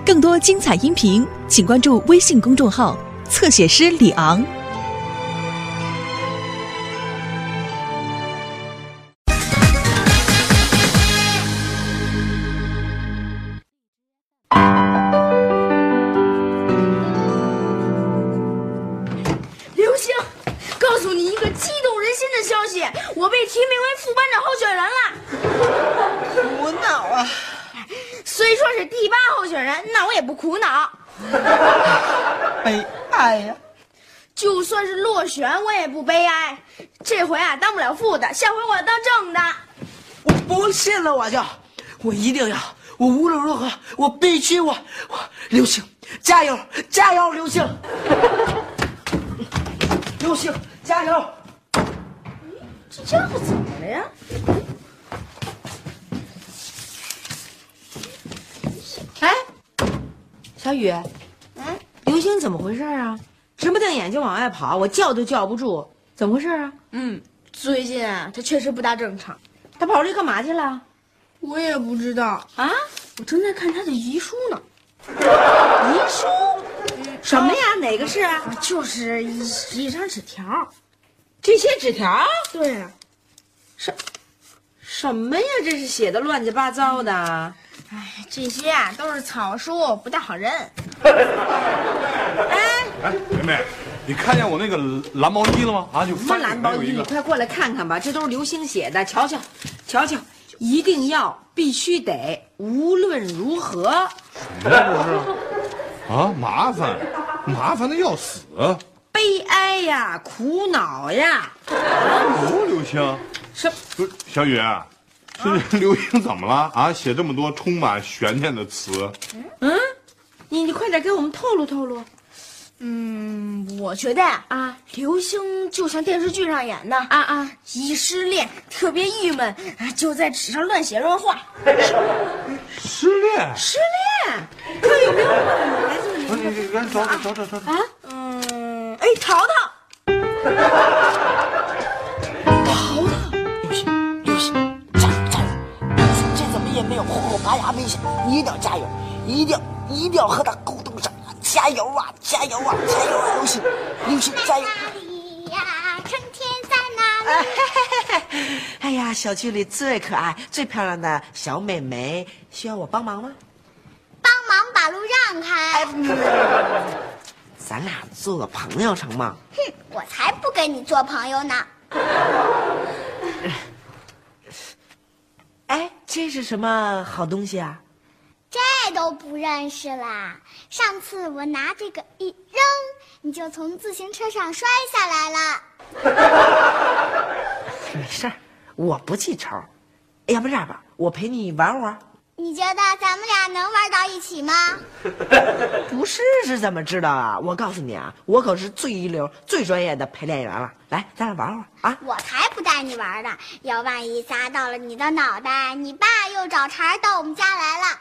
更多精彩音频，请关注微信公众号“侧写师李昂”。 刘星，告诉你一个激动人心的消息，我被提名为副班长候选人了。 苦恼啊！ 虽说是第8候选人，那我也不苦恼。 悲哀呀！ 就算是落选，我也不悲哀。这回啊，当不了副的，下回我要当正的。 我不信了，我一定要，我无论如何，我必须我刘星，加油，加油，刘星，刘星，加油！ 这家伙怎么了呀？ 哎，小雨，刘星怎么回事啊？直不瞪眼就往外跑，我叫都叫不住，怎么回事啊？ 最近啊，他确实不大正常。 他跑这干嘛去了？ 我也不知道啊？ 我正在看他的遗书呢。 遗书？什么呀？哪个是啊？ 就是一张纸条。 这些纸条？ 对啊。 什么呀？这是写的乱七八糟的。 哎，这些啊都是草书，不大好认。 哎， 妹妹，你看见我那个蓝毛衣了吗？啊，就什么蓝毛衣？你快过来看看吧，这都是刘星写的，瞧瞧，瞧瞧，一定要，必须得，无论如何。 什么不是？啊，麻烦的要死。 悲哀呀，苦恼呀。 哦，刘星，不是小雨，这刘星怎么了啊？写这么多充满悬念的词。 你快点给我们透露透露。 我觉得啊，刘星就像电视剧上演的一失恋特别郁闷，就在纸上乱写乱画。 失恋？ 失恋？看有没有来这个名字？ 你赶紧找。 淘淘。 刘星，加油！这怎么也没有后拔牙危险，你一定要加油，一定要和他沟通上，加油啊，刘星，加油！ 春天在哪里？ 哎呀，小区里最可爱、最漂亮的小美眉，需要我帮忙吗？ 帮忙把路让开！ 咱俩做个朋友成吗？ 哼，我才不跟你做朋友呢！ 哎，这是什么好东西啊？ 这都不认识啦！上次我拿这个一扔，你就从自行车上摔下来了。 没事儿，我不记仇。要不这样吧，我陪你玩会儿。 你觉得咱们俩能玩到一起吗？ 不试试怎么知道啊？我告诉你啊，我可是最一流、最专业的陪练员了。来，咱俩玩会儿啊！ 我才不带你玩呢！要万一砸到了你的脑袋，你爸又找茬到我们家来了。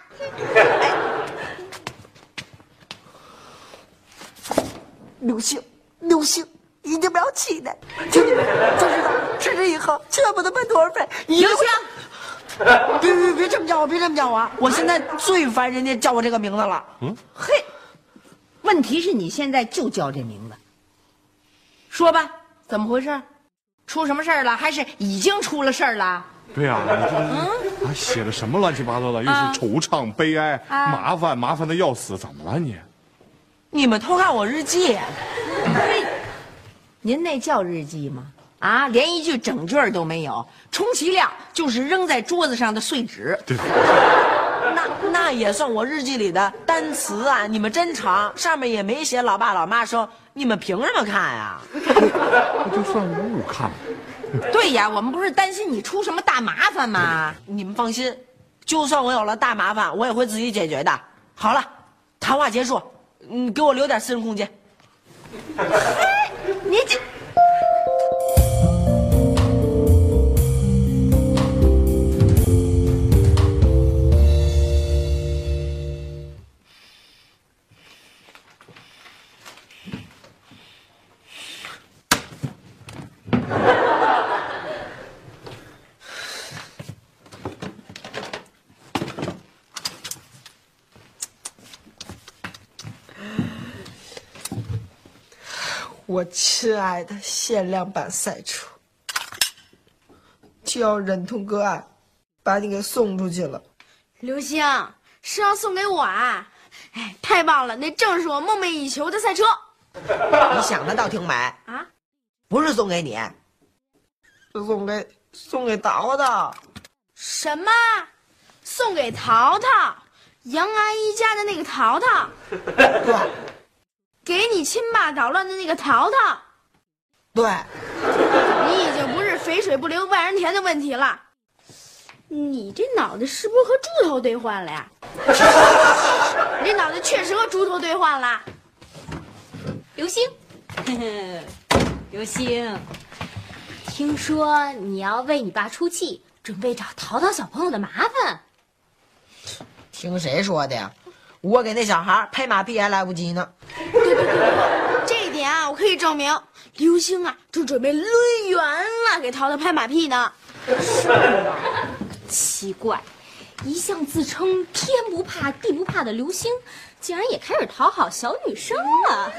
刘星，一定不要气馁，听见没？就知道吃这以后全部都奔托儿费。 刘星。 别这么叫我！我现在最烦人家叫我这个名字了。 嘿，问题是你现在就叫这名字。说吧，怎么回事？出什么事儿了？还是已经出了事儿了？ 对呀，你这写的什么乱七八糟的？又是惆怅、悲哀、麻烦的要死，怎么了你？ 你们偷看我日记？ 嘿，您那叫日记吗？啊，连一句整句都没有，充其量就是扔在桌子上的碎纸。 对， 那也算我日记里的单词啊！你们真长，上面也没写老爸老妈生，你们凭什么看呀？ 那就算误看了。 对呀，我们不是担心你出什么大麻烦吗？ 你们放心，就算我有了大麻烦，我也会自己解决的。好了，谈话结束，给我留点私人空间。 你这。 我亲爱的限量版赛车，就要忍痛割爱，把你给送出去了。 刘星是要送给我啊？哎，太棒了，那正是我梦寐以求的赛车。 你想的倒挺美啊，不是送给你，是送给淘淘。 什么？送给淘淘？杨阿姨家的那个淘淘？ 对。 给你亲爸捣乱的那个淘淘？ 对。 你已经不是肥水不流外人田的问题了，你这脑袋是不是和猪头兑换了呀？你这脑袋确实和猪头兑换了。 刘星，刘星，听说你要为你爸出气，准备找淘淘小朋友的麻烦。 听谁说的呀？我给那小孩拍马屁还来不及呢。 对，这一点啊，我可以证明，刘星啊，正准备抡圆了给淘淘拍马屁呢。 是吗？奇怪，一向自称天不怕地不怕的刘星，竟然也开始讨好小女生了。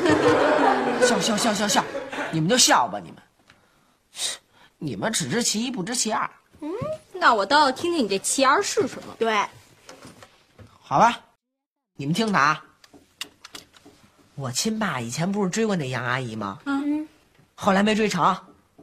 笑，你们就笑吧，你们只知其一不知其二。 那我倒要听听你这其二是什么。 对， 好吧，你们听着啊。我亲爸以前不是追过那杨阿姨吗？后来没追成，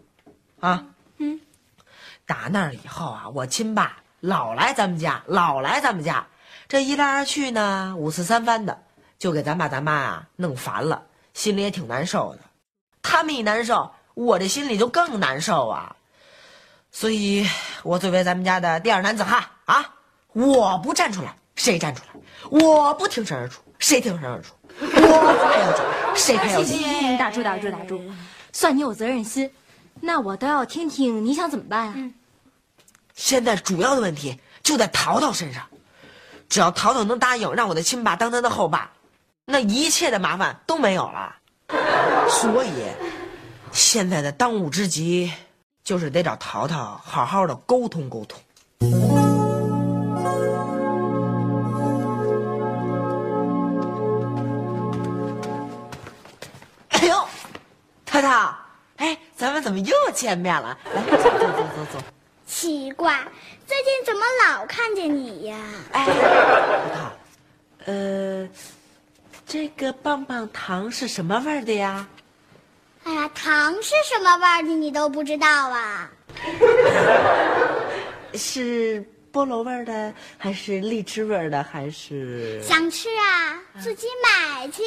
打那儿以后啊，我亲爸老来咱们家，这一来二去呢，5次3番的，就给咱爸咱妈啊弄烦了，心里也挺难受的。他们一难受，我这心里就更难受啊。所以，我作为咱们家的第二男子汉啊，我不站出来，谁站出来？我不挺身而出，谁挺身而出？我不开要紧，谁开要紧？ 打住！算你有责任心，那我倒要听听你想怎么办啊？ 现在主要的问题就在淘淘身上，只要淘淘能答应让我的亲爸当他的后爸，那一切的麻烦都没有了。所以，现在的当务之急就是得找淘淘好好的沟通沟通。哎呦，淘淘，哎，咱们怎么又见面了？来，走。 奇怪，最近怎么老看见你呀？ 哎，淘淘，这个棒棒糖是什么味儿的呀？ 哎呀，糖是什么味儿的你都不知道啊？ 是菠萝味儿的，还是荔枝味儿的，还是？ 想吃啊，自己买去。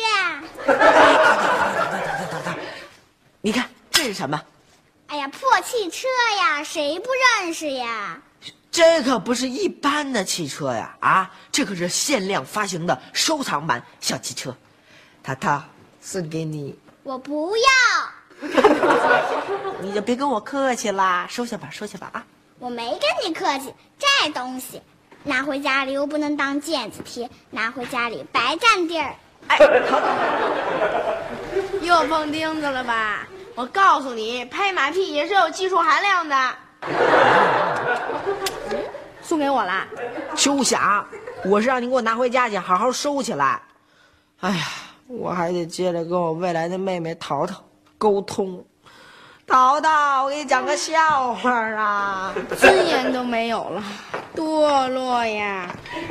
淘，你看这是什么？ 哎呀，破汽车呀，谁不认识呀？ 这可不是一般的汽车呀！啊，这可是限量发行的收藏版小汽车。淘淘，送给你。 我不要。 你就别跟我客气啦，收下吧啊！ 我没跟你客气，这东西拿回家里又不能当毽子贴，拿回家里白占地儿。 哎，淘淘， 又碰钉子了吧？我告诉你，拍马屁也是有技术含量的。送给我啦？ 休想！我是让你给我拿回家去，好好收起来。哎呀，我还得接着跟我未来的妹妹淘淘沟通。淘淘，我给你讲个笑话啊！ 尊严都没有了，堕落呀！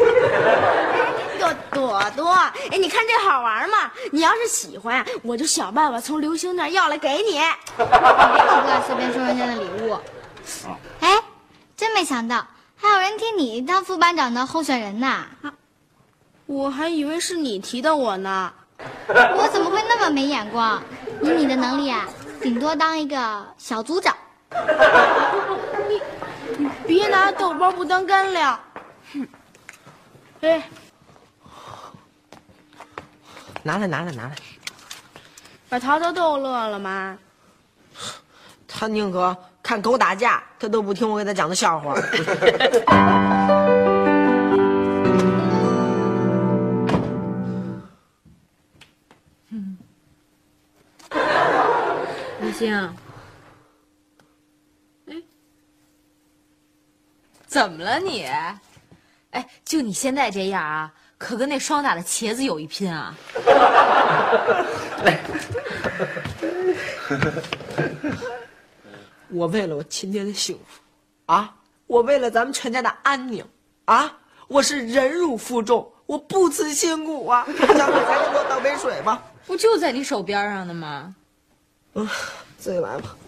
朵，哎，你看这好玩吗？你要是喜欢，我就想办法从刘星那儿要来给你。 我可不敢随便收人家的礼物。哎，真没想到还有人提你当副班长的候选人呢。 我还以为是你提的我呢。 我怎么会那么没眼光？以你的能力啊，顶多当一个小组长。 你别拿豆包不当干粮。哼，哎， 拿来。 把淘淘逗乐了吗？ 他宁可看狗打架，他都不听我给他讲的笑话。 刘星，哎，怎么了你？哎，就你现在这样啊，可跟那霜打的茄子有一拼啊！ 我为了我亲爹的幸福，啊，我为了咱们全家的安宁，啊，我是忍辱负重，我不辞辛苦啊！小雨，赶紧给我倒杯水吧。 不就在你手边上的吗？ 自己来吧。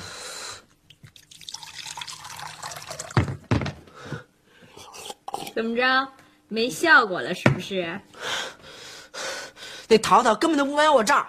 怎么着？没效果了是不是？ 那淘淘根本就不买我账。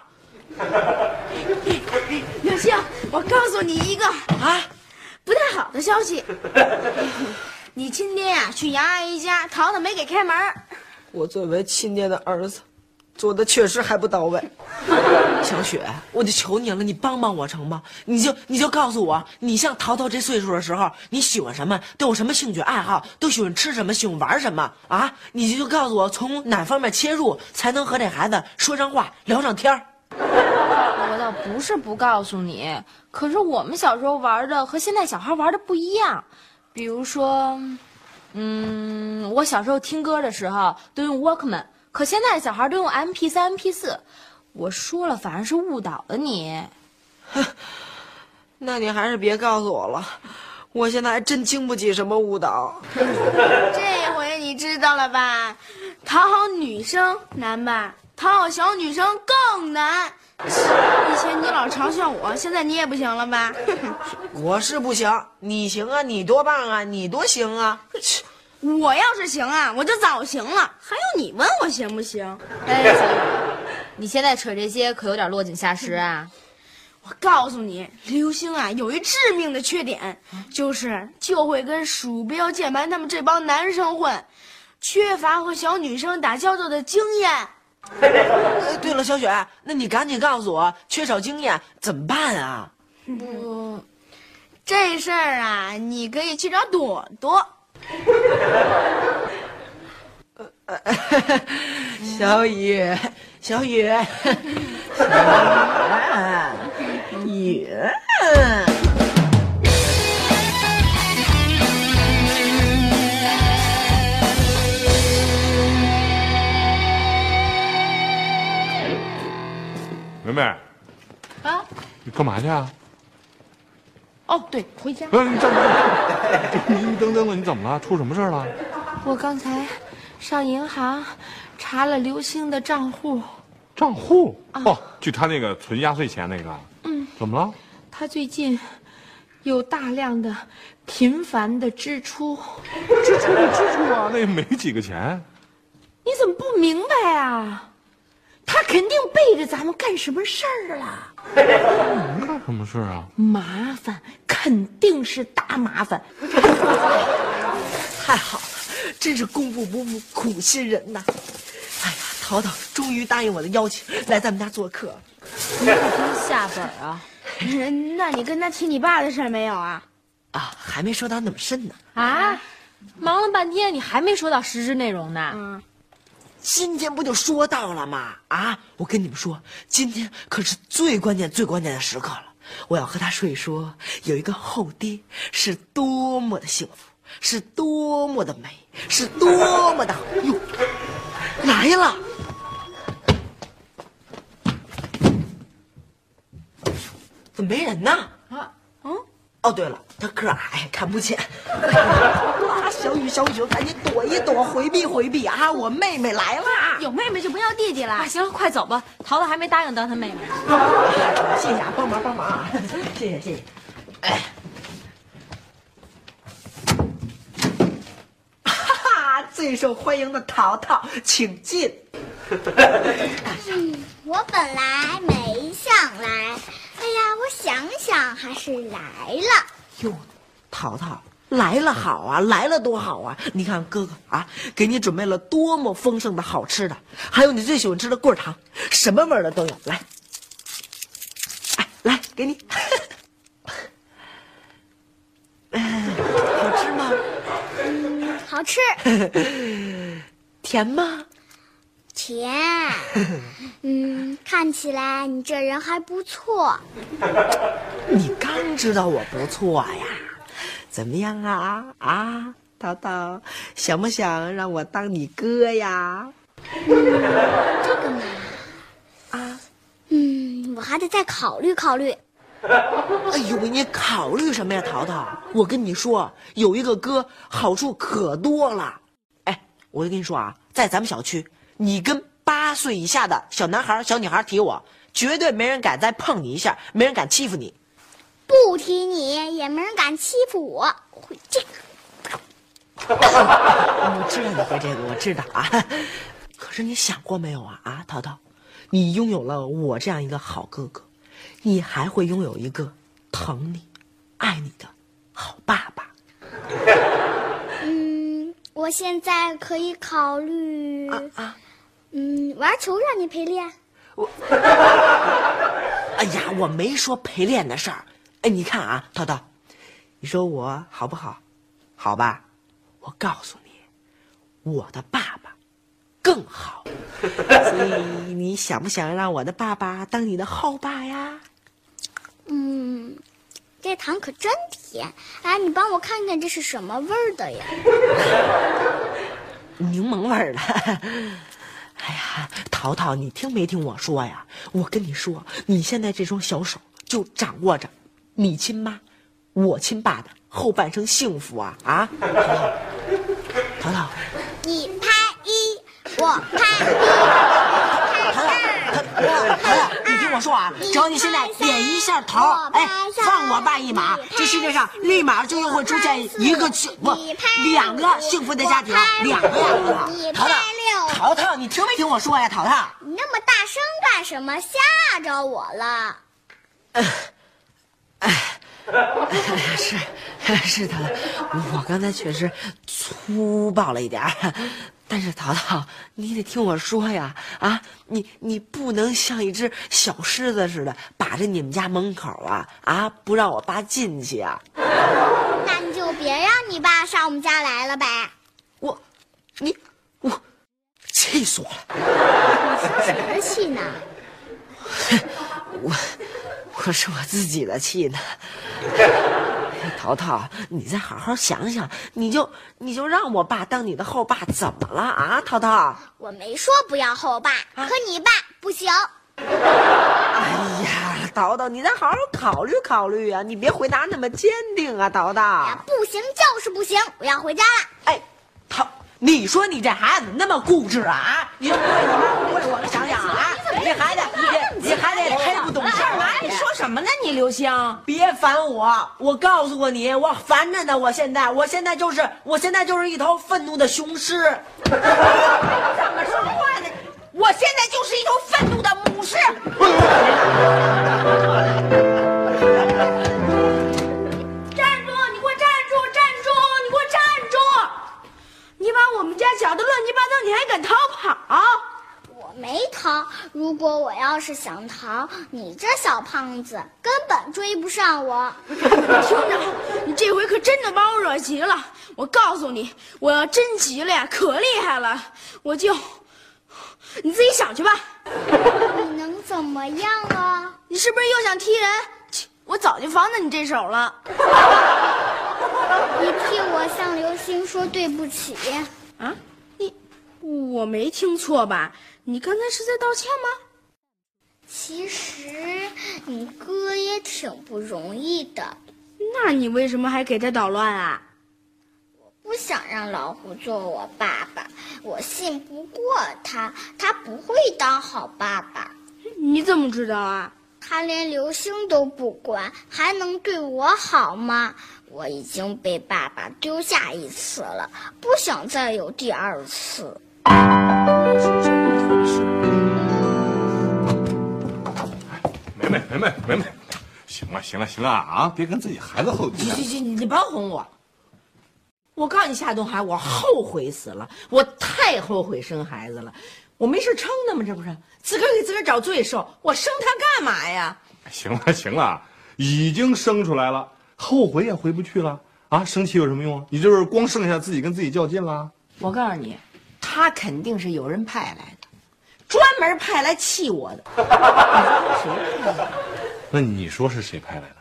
刘星，我告诉你一个不太好的消息，你亲爹呀去杨阿姨家，淘淘没给开门。 我作为亲爹的儿子，做的确实还不到位。小雪，我就求你了，你帮帮我成吗？你就告诉我，你像淘淘这岁数的时候，你喜欢什么，都有什么兴趣爱好，都喜欢吃什么，喜欢玩什么啊？你就告诉我从哪方面切入，才能和这孩子说上话，聊上天儿。 我倒不是不告诉你，可是我们小时候玩的和现在小孩玩的不一样。比如说，我小时候听歌的时候都用 Walkman， 可现在的小孩都用 MP3、MP4。我说了，反而是误导了你。 那你还是别告诉我了，我现在还真经不起什么误导。 这回你知道了吧？讨好女生难吧？讨好小女生更难。以前你老嘲笑我，现在你也不行了吧？ 我是不行，你行啊，你多棒啊，你多行啊！ 我要是行啊，我就早行了，还用你问我行不行？ 哎，小雨，你现在扯这些可有点落井下石啊！ 我告诉你，刘星啊，有一致命的缺点，就会跟鼠标键盘他们这帮男生混，缺乏和小女生打交道的经验。 对了，小雪，那你赶紧告诉我，缺少经验怎么办啊？ 这事儿啊，你可以去找朵朵。 小雨，雨。 梅梅， 啊， 你干嘛去啊？ 哦，对，回家。 你站住！你等等，你怎么了？出什么事了？ 我刚才上银行查了刘星的账户。 账户？哦，就他那个存压岁钱那个。怎么了？ 他最近有大量的频繁的支出。 支出啊，那也没几个钱。 你怎么不明白啊？他肯定背着咱们干什么事儿了。 干什么事啊？ 麻烦，肯定是大麻烦。 太好了，真是功夫不负苦心人呐！哎呀，淘淘终于答应我的邀请，来咱们家做客。 你可真下本啊！ 那你跟他提你爸的事儿没有啊？ 啊，还没说到那么深呢。 啊，忙了半天，你还没说到实质内容呢。 今天不就说到了吗？啊，我跟你们说，今天可是最关键的时刻了。我要和他说一说，有一个后爹是多么的幸福，是多么的美，是多么的好。哟，来了！怎么没人呢？哦，对了，他个矮，看不见。啊，小雨，赶紧躲一躲，回避啊！我妹妹来了。 有妹妹就不要弟弟了。 啊，行了，快走吧，淘淘还没答应当他妹妹。 谢谢啊，帮忙啊！谢谢。哎，哈哈，最受欢迎的淘淘，请进。 我本来没想来，哎呀，我想想还是来了。 哟，淘淘来了好啊，来了多好啊！你看哥哥啊，给你准备了多么丰盛的好吃的，还有你最喜欢吃的棍糖，什么味儿的都有。来，哎，来给你。好吃吗？ 好吃。 甜吗？ 甜。看起来你这人还不错。 你刚知道我不错呀？怎么样啊？啊，淘淘，想不想让我当你哥呀？ 这个嘛，啊， 我还得再考虑考虑。 哎呦喂，你考虑什么呀，淘淘？我跟你说，有一个哥好处可多了。哎，我就跟你说啊，在咱们小区，你跟8岁以下的小男孩、小女孩提我，绝对没人敢再碰你一下，没人敢欺负你。 不提你，也没人敢欺负我。我会这个。 我知道你会这个，我知道啊。可是你想过没有啊？啊，淘淘，你拥有了我这样一个好哥哥，你还会拥有一个疼你、爱你的好爸爸。 我现在可以考虑玩球让你陪练。 哎呀，我没说陪练的事儿。哎，你看啊，淘淘，你说我好不好？好吧，我告诉你，我的爸爸更好。所以你想不想让我的爸爸当你的后爸呀？ 这糖可真甜！哎，你帮我看看这是什么味儿的呀？ 柠檬味儿的。哎呀，淘淘，你听没听我说呀？我跟你说，你现在这双小手就掌握着你亲妈、我亲爸的后半生幸福啊！啊，淘淘， 你拍一，我拍一， 淘淘，你听我说啊，只要你现在点一下头，哎，放我爸一马，这世界上立马就又会出现2个幸福的家庭，2个呀！淘淘，你听没听我说呀？淘淘， 你那么大声干什么？吓着我了。 是淘淘，我刚才确实粗暴了一点，但是淘淘，你得听我说呀！啊，你不能像一只小狮子似的把着你们家门口啊不让我爸进去啊！ 那你就别让你爸上我们家来了呗。 我气死我了！ 你生谁的气呢？ 我是我自己的气呢。淘淘，你再好好想想，你就让我爸当你的后爸，怎么了啊？淘淘， 我没说不要后爸，可你爸不行。 哎呀，淘淘，你再好好考虑考虑啊！你别回答那么坚定啊，淘淘。 不行就是不行，我要回家了。 哎，你说你这孩子那么固执啊？你为我想想啊！这孩子，你孩子也太不懂事了！ 你说什么呢？你刘星， 别烦我！我告诉过你，我烦着呢。我现在就是一头愤怒的雄狮。 怎么说话呢？我现在就是一头愤怒的母狮。 站住！你给我站住！站住！你给我站住！你把我们家搅得乱七八糟，你还敢逃跑？ 我没逃。如果我要是想逃，你这小胖子根本追不上我。 听着，你这回可真的把我惹急了。我告诉你，我要真急了呀，可厉害了，你自己想去吧。 你能怎么样啊？ 你是不是又想踢人？我早就防着你这手了。 你替我向刘星说对不起啊！我没听错吧？你刚才是在道歉吗？ 其实你哥也挺不容易的。 那你为什么还给他捣乱啊？ 我不想让老虎做我爸爸，我信不过他，他不会当好爸爸。 你怎么知道啊？ 他连刘星都不管，还能对我好吗？我已经被爸爸丢下1次了，不想再有第2次。 梅，行了啊！别跟自己孩子后急。 你甭哄我！我告诉你，夏东海，我后悔死了，我太后悔生孩子了。我没事撑的吗？这不是自个儿给自个儿找罪受，我生他干嘛呀？ 行了，已经生出来了，后悔也回不去了啊！生气有什么用啊？你这是光剩下自己跟自己较劲了。 我告诉你，他肯定是有人派来的，专门派来气我的。谁派的？ 那你说是谁派来的？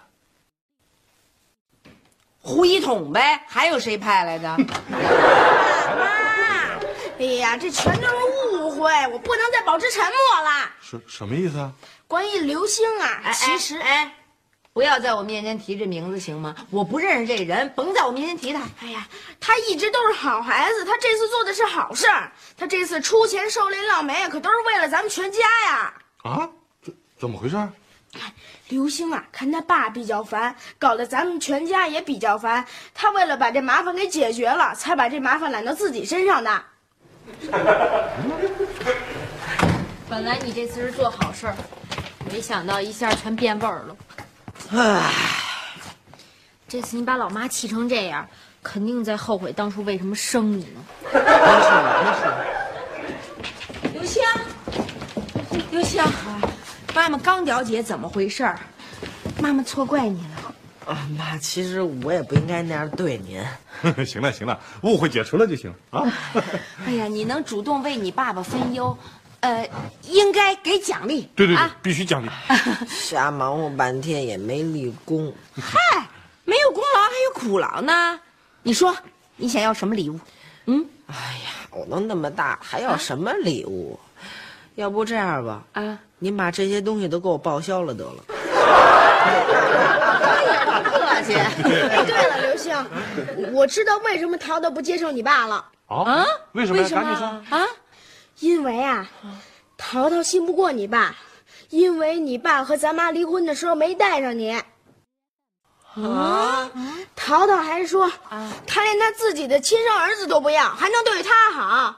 胡一统呗，还有谁派来的？ 妈，哎呀，这全都是误会，我不能再保持沉默了。 什么意思啊？ 关于刘星啊，其实不要在我面前提这名字行吗？我不认识这人，甭在我面前提他。 哎呀，他一直都是好孩子，他这次做的是好事儿，他这次出钱受累浪梅，可都是为了咱们全家呀。 啊，怎么回事？ 刘星啊，看他爸比较烦，搞得咱们全家也比较烦。他为了把这麻烦给解决了，才把这麻烦揽到自己身上的。 本来你这次是做好事儿，没想到一下全变味儿了。 唉， 这次你把老妈气成这样，肯定在后悔当初为什么生你呢。 没事。刘星，妈妈刚了解怎么回事儿，妈妈错怪你了。 啊，妈，其实我也不应该那样对您。 行了，误会解除了就行啊。 哎呀，你能主动为你爸爸分忧，应该给奖励。 对，必须奖励。 瞎忙活半天也没立功。 嗨，没有功劳还有苦劳呢。你说，你想要什么礼物？ 哎呀，我都那么大，还要什么礼物？要不这样吧，您把这些东西都给我报销了得了。 客气。 对了，刘星，我知道为什么淘淘不接受你爸了。 啊？为什么呀？赶紧说啊！因为淘淘信不过你爸，因为你爸和咱妈离婚的时候没带上你。淘淘还说，他连他自己的亲生儿子都不要，还能对他好。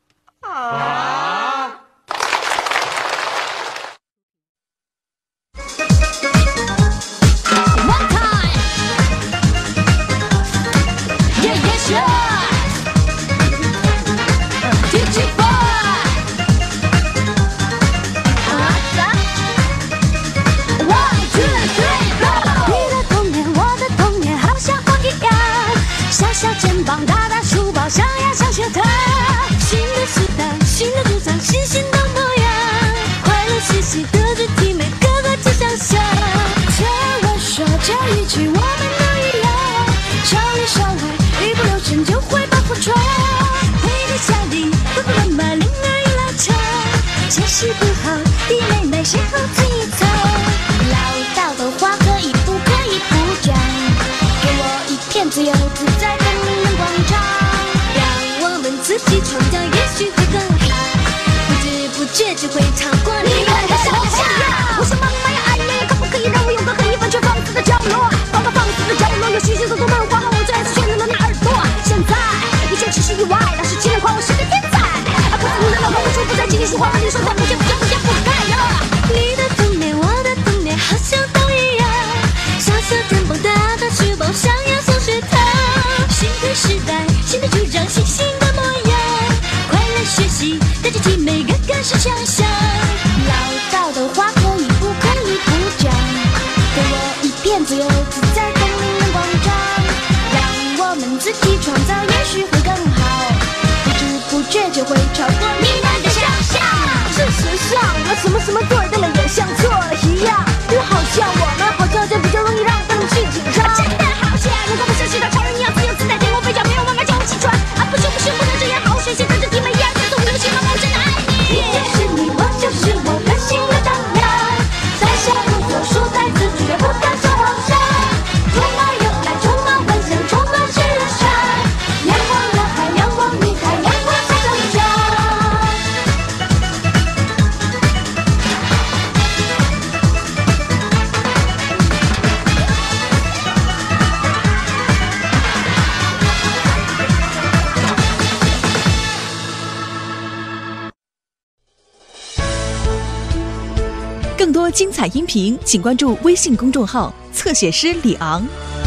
肩膀大大书包上呀上学堂，新的时代新的主张新新的模样，快乐嘻嘻德智体美个个皆想象。听我说这一句我们都一样，少里少外一不留神就会把火闯，回到家里爸爸妈妈铃儿一拉长，前事不好弟妹妹谁后自己藏，唠叨的话可以不可以不讲，给我一片自由自在的广场，让我们自己创造，也许会更好。不知不觉就会超过你们的想象。我想妈妈要爱你，可不可以让我有个可以完全放肆的角落？放肆的角落有许许多多漫画和我最爱炫耀的那耳朵。现在一切只是意外，那是亲人夸我是个天才。可是你的老公无处不在，轻轻说话让你说在不见不该呀。你的童年，我的童年，好像都一样。小小肩膀，大大书包，上呀上学堂。新的时代，新的主张，新新的模样，快乐学习，德智体美个个是强项。唠叨的话可以不可以不讲？给我一片自由自在的广场，让我们自己创造，也许会更好。不知不觉就会超过你们的想象。事实上，我什么对的了，也像错了一样。就好像我们好像就比较容易让他们去紧张。真的好像如果不像是个超人一样自由自在，天空飞翔，没有妈妈叫我起床。不行，不能这样，好好学习，德智体美一样，这种流行妈妈我真的爱你。你就是你，我就是我，任性的荡漾，在下路走，书呆子绝不敢说好傻，充满有爱，充满幻想，充满是闪，阳光男孩，阳光女孩，阳光在成长。 更多精彩音频，请关注微信公众号“侧写师李昂”。